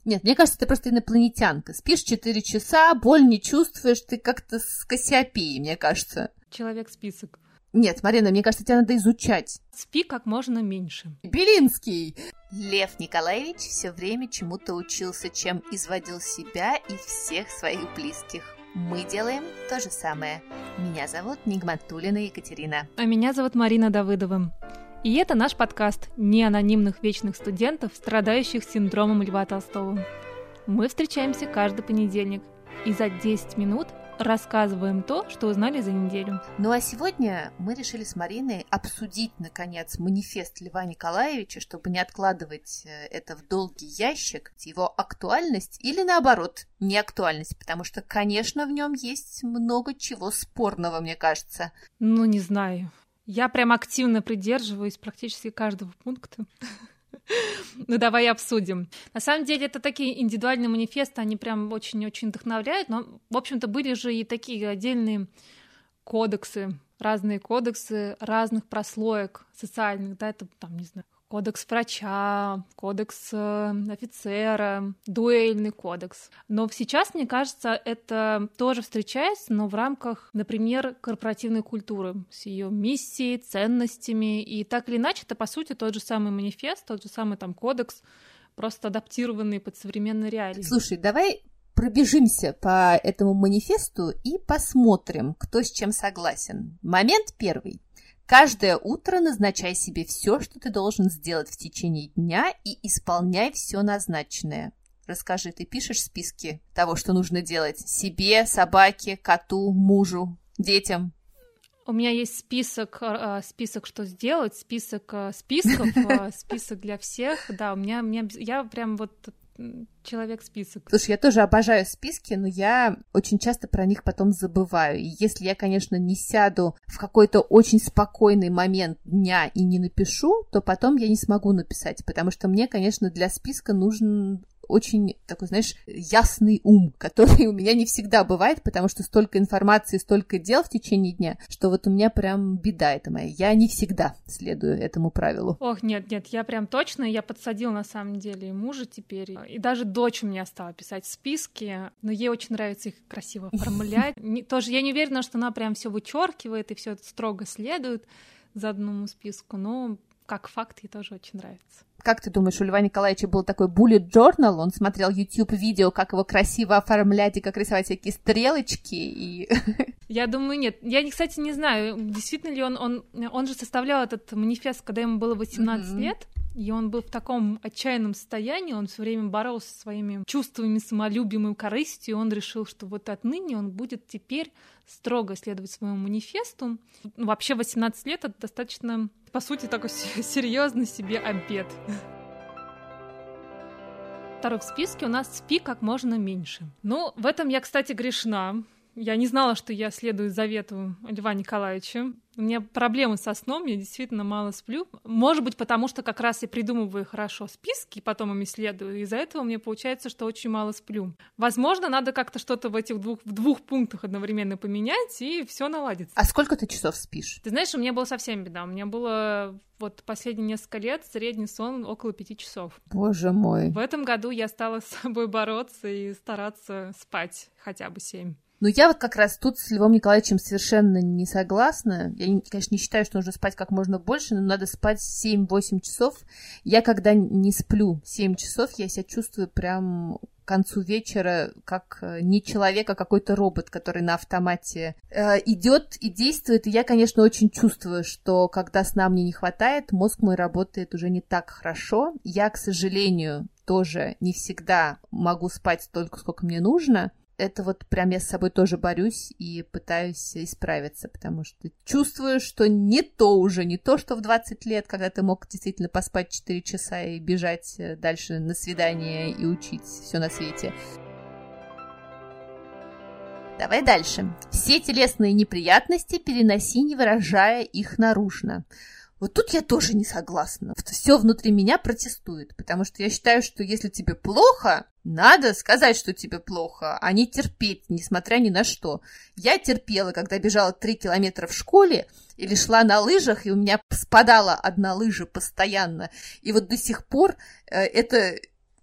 Нет, мне кажется, ты просто инопланетянка. Спишь 4 часа, боль не чувствуешь, ты как-то с Кассиопеей, мне кажется. Человек-список. Нет, Марина, мне кажется, тебя надо изучать. Спи как можно меньше. Белинский! Лев Николаевич все время чему-то учился, чем изводил себя и всех своих близких. Мы делаем то же самое. Меня зовут Нигматуллина Екатерина. А меня зовут Марина Давыдова. И это наш подкаст неанонимных вечных студентов, страдающих синдромом Льва Толстого. Мы встречаемся каждый понедельник и за 10 минут рассказываем то, что узнали за неделю. Ну а сегодня мы решили с Мариной обсудить, наконец, манифест Льва Николаевича, чтобы не откладывать это в долгий ящик, его актуальность или, наоборот, неактуальность, потому что, конечно, в нем есть много чего спорного, мне кажется. Ну, не знаю. Я прям активно придерживаюсь практически каждого пункта. Ну, давай обсудим. На самом деле, это такие индивидуальные манифесты, они прям очень-очень вдохновляют, но, в общем-то, были же и такие отдельные кодексы, разные кодексы разных прослоек социальных, да, это, там, не знаю, кодекс врача, кодекс офицера, дуэльный кодекс. Но сейчас, мне кажется, это тоже встречается, но в рамках, например, корпоративной культуры с ее миссией, ценностями. И так или иначе, это, по сути, тот же самый манифест, тот же самый там кодекс, просто адаптированный под современные реалии. Слушай, давай пробежимся по этому манифесту и посмотрим, кто с чем согласен. Момент первый. Каждое утро назначай себе все, что ты должен сделать в течение дня, и исполняй все назначенное. Расскажи, ты пишешь списки того, что нужно делать себе, собаке, коту, мужу, детям? У меня есть список, что сделать, список списков, список для всех. Да, я прям вот человек-список. Слушай, я тоже обожаю списки, но я очень часто про них потом забываю. И если я, конечно, не сяду в какой-то очень спокойный момент дня и не напишу, то потом я не смогу написать, потому что мне, конечно, для списка нужен очень такой, знаешь, ясный ум, который у меня не всегда бывает, потому что столько информации, столько дел в течение дня, что вот у меня прям беда это моя. Я не всегда следую этому правилу. Ох, нет, я прям точно, я подсадила на самом деле и мужа теперь, и даже дочь у меня стала писать списки, но ей очень нравится их красиво оформлять. Тоже я не уверена, что она прям все вычеркивает и все это строго следует за одному списку, но как факт ей тоже очень нравится. Как ты думаешь, у Льва Николаевича был такой bullet journal? Он смотрел YouTube-видео, как его красиво оформлять и как рисовать всякие стрелочки и... Я думаю, нет. Я, кстати, не знаю, действительно ли он же составлял этот манифест, когда ему было 18 лет, и он был в таком отчаянном состоянии, он все время боролся со своими чувствами, самолюбием и корыстью, и он решил, что вот отныне он будет теперь строго следовать своему манифесту. Вообще 18 лет — это достаточно, по сути, такой серьезный себе обет. Второй в списке у нас «Спи как можно меньше». Ну, в этом я, кстати, грешна. Я не знала, что я следую завету Льва Николаевича. У меня проблемы со сном, я действительно мало сплю. Может быть, потому что как раз я придумываю хорошо списки, и потом ими следую. Из-за этого мне получается, что очень мало сплю. Возможно, надо как-то что-то в этих двух пунктах одновременно поменять, и все наладится. А сколько ты часов спишь? Ты знаешь, у меня была совсем беда. У меня было вот последние несколько лет средний сон около 5 часов. Боже мой. В этом году я стала с собой бороться и стараться спать хотя бы 7. Ну, я вот как раз тут с Львом Николаевичем совершенно не согласна. Я, конечно, не считаю, что нужно спать как можно больше, но надо спать 7-8 часов. Я, когда не сплю 7 часов, я себя чувствую прям к концу вечера как не человек, а какой-то робот, который на автомате идет и действует. И я, конечно, очень чувствую, что когда сна мне не хватает, мозг мой работает уже не так хорошо. Я, к сожалению, тоже не всегда могу спать столько, сколько мне нужно. Это вот прям я с собой тоже борюсь и пытаюсь исправиться, потому что чувствую, что не то, что в 20 лет, когда ты мог действительно поспать 4 часа и бежать дальше на свидание и учить все на свете. Давай дальше. Все телесные неприятности переноси, не выражая их наружно. Вот тут я тоже не согласна. Все внутри меня протестует, потому что я считаю, что если тебе плохо, надо сказать, что тебе плохо, а не терпеть, несмотря ни на что. Я терпела, когда бежала 3 километра в школе или шла на лыжах, и у меня спадала одна лыжа постоянно. И вот до сих пор это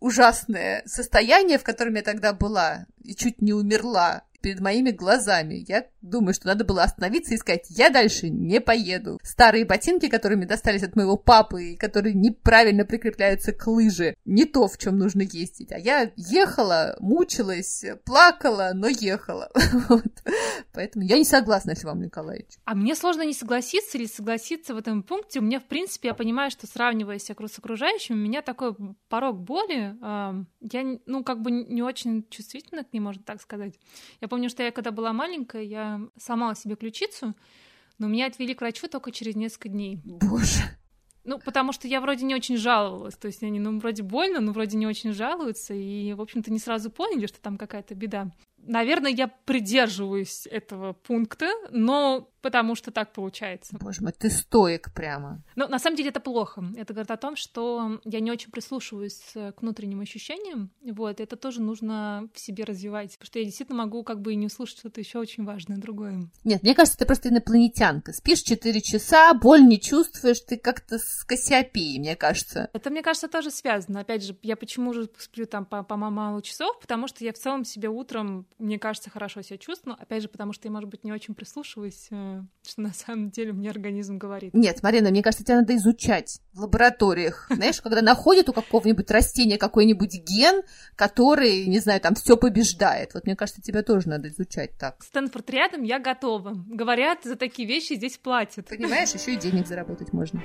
ужасное состояние, в котором я тогда была, и чуть не умерла перед моими глазами. Я думаю, что надо было остановиться и сказать, я дальше не поеду. Старые ботинки, которые мне достались от моего папы, и которые неправильно прикрепляются к лыже, не то, в чем нужно ездить. А я ехала, мучилась, плакала, но ехала. Вот. Поэтому я не согласна с Львом Николаевичем. А мне сложно не согласиться или согласиться в этом пункте. У меня, в принципе, я понимаю, что, сравнивая себя с окружающим, у меня такой порог боли. Я, не очень чувствительна к ней, можно так сказать. Я помню, что я, когда была маленькая, я сломала себе ключицу, но меня отвели к врачу только через несколько дней. Боже. Потому что я вроде не очень жаловалась. То есть они, вроде больно, но вроде не очень жалуются. И, в общем-то, не сразу поняли, что там какая-то беда. Наверное, я придерживаюсь этого пункта, но потому что так получается. Боже мой, ты стоик прямо. Но на самом деле это плохо. Это говорит о том, что я не очень прислушиваюсь к внутренним ощущениям. Вот, это тоже нужно в себе развивать. Потому что я действительно могу и не услышать что-то еще очень важное другое. Нет, мне кажется, ты просто инопланетянка. Спишь 4 часа, боль не чувствуешь, ты как-то с Кассиопеей, мне кажется. Это, мне кажется, тоже связано. Опять же, я почему же сплю там по мало часов? Потому что я в целом себе утром, мне кажется, хорошо себя чувствую. Опять же, потому что я, может быть, не очень прислушиваюсь, что на самом деле мне организм говорит. Нет, Марина, мне кажется, тебя надо изучать в лабораториях. Знаешь, когда находят у какого-нибудь растения какой-нибудь ген, который, не знаю, там все побеждает. Вот мне кажется, тебя тоже надо изучать так. Стэнфорд рядом, я готова. Говорят, за такие вещи здесь платят. Понимаешь, еще и денег заработать можно.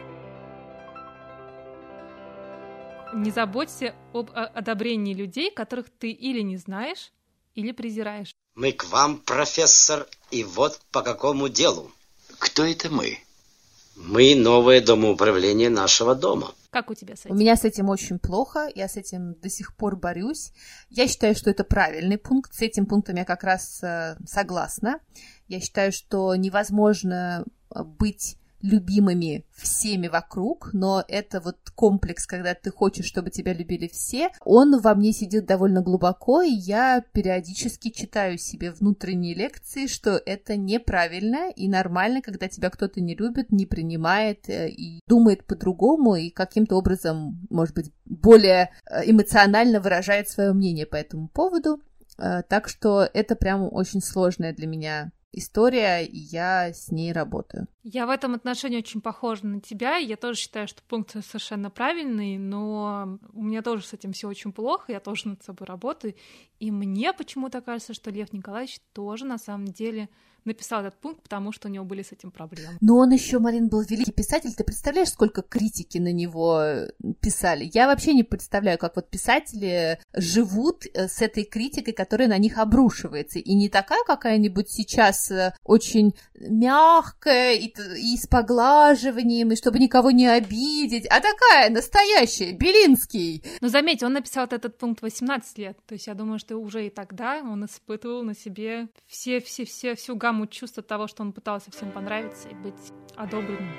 Не заботься об одобрении людей, которых ты или не знаешь, или презираешь. Мы к вам, профессор, и вот по какому делу. Кто это мы? Мы новое домоуправление нашего дома. Как у тебя с этим? У меня с этим очень плохо, я с этим до сих пор борюсь. Я считаю, что это правильный пункт, с этим пунктом я как раз согласна. Я считаю, что невозможно быть любимыми всеми вокруг, но это вот комплекс, когда ты хочешь, чтобы тебя любили все, он во мне сидит довольно глубоко, и я периодически читаю себе внутренние лекции, что это неправильно и нормально, когда тебя кто-то не любит, не принимает и думает по-другому, и каким-то образом, может быть, более эмоционально выражает свое мнение по этому поводу. Так что это прям очень сложная для меня история, и я с ней работаю. Я в этом отношении очень похожа на тебя. Я тоже считаю, что пункт совершенно правильный, но у меня тоже с этим все очень плохо, я тоже над собой работаю. И мне почему-то кажется, что Лев Николаевич тоже на самом деле написал этот пункт, потому что у него были с этим проблемы. Но он еще, Марин, был великий писатель. Ты представляешь, сколько критики на него писали? Я вообще не представляю, как вот писатели живут с этой критикой, которая на них обрушивается. И не такая какая-нибудь сейчас очень мягкая и с поглаживанием, и чтобы никого не обидеть, а такая настоящая, Белинский. Но заметь, он написал этот пункт в 18 лет. То есть я думаю, что уже и тогда он испытывал на себе всю гамму чувств от того, что он пытался всем понравиться и быть одобренным.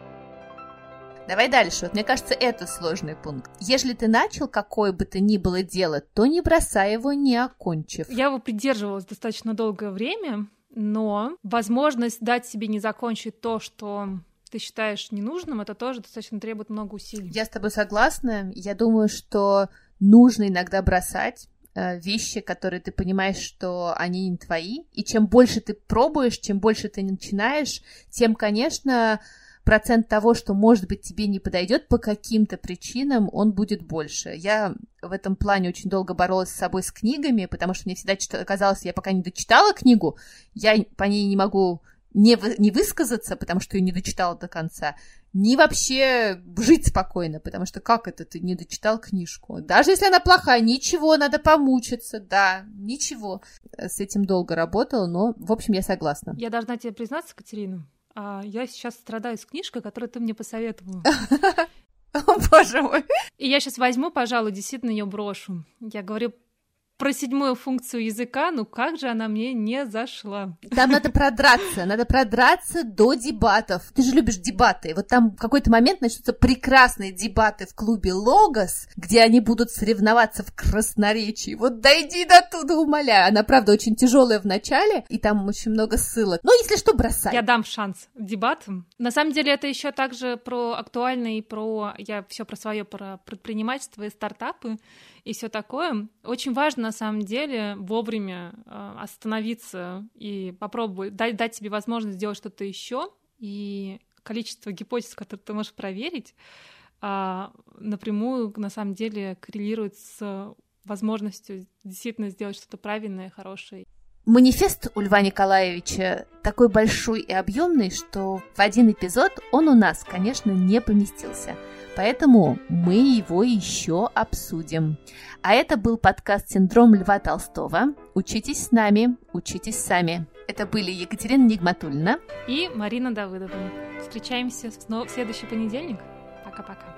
Давай дальше. Вот мне кажется, это сложный пункт. Если ты начал какое бы то ни было дело, то не бросай его, не окончив. Я его придерживалась достаточно долгое время, но возможность дать себе не закончить то, что ты считаешь ненужным, это тоже достаточно требует много усилий. Я с тобой согласна. Я думаю, что нужно иногда бросать вещи, которые ты понимаешь, что они не твои. И чем больше ты пробуешь, чем больше ты начинаешь, тем, конечно, процент того, что, может быть, тебе не подойдет по каким-то причинам, он будет больше. Я в этом плане очень долго боролась с собой с книгами, потому что мне всегда казалось, я пока не дочитала книгу, я по ней не могу не высказаться, потому что ее не дочитала до конца, ни вообще жить спокойно, потому что как это ты не дочитал книжку? Даже если она плохая, ничего, надо помучиться, да, ничего. С этим долго работала, но, в общем, я согласна. Я должна тебе признаться, Катерина, я сейчас страдаю с книжкой, которую ты мне посоветовала. О, боже мой. И я сейчас возьму, пожалуй, действительно ее брошу. Я говорю про 7-ю функцию языка, ну как же она мне не зашла. Там надо продраться до дебатов. Ты же любишь дебаты. Вот там в какой-то момент начнутся прекрасные дебаты в клубе «Логос», где они будут соревноваться в красноречии. Вот дойди до туда, умоляю. Она, правда, очень тяжелая в начале, и там очень много ссылок. Но если что, бросай. Я дам шанс дебатам. На самом деле это еще также про актуально и про... Я все про свое, про предпринимательство и стартапы и все такое. Очень важно, на самом деле, вовремя остановиться и попробовать, дать себе возможность сделать что-то еще. И количество гипотез, которые ты можешь проверить, напрямую, на самом деле, коррелирует с возможностью действительно сделать что-то правильное, хорошее. Манифест у Льва Николаевича такой большой и объемный, что в один эпизод он у нас, конечно, не поместился. Поэтому мы его еще обсудим. А это был подкаст «Синдром Льва Толстого». Учитесь с нами, учитесь сами. Это были Екатерина Нигматульна и Марина Давыдова. Встречаемся в следующий понедельник. Пока-пока.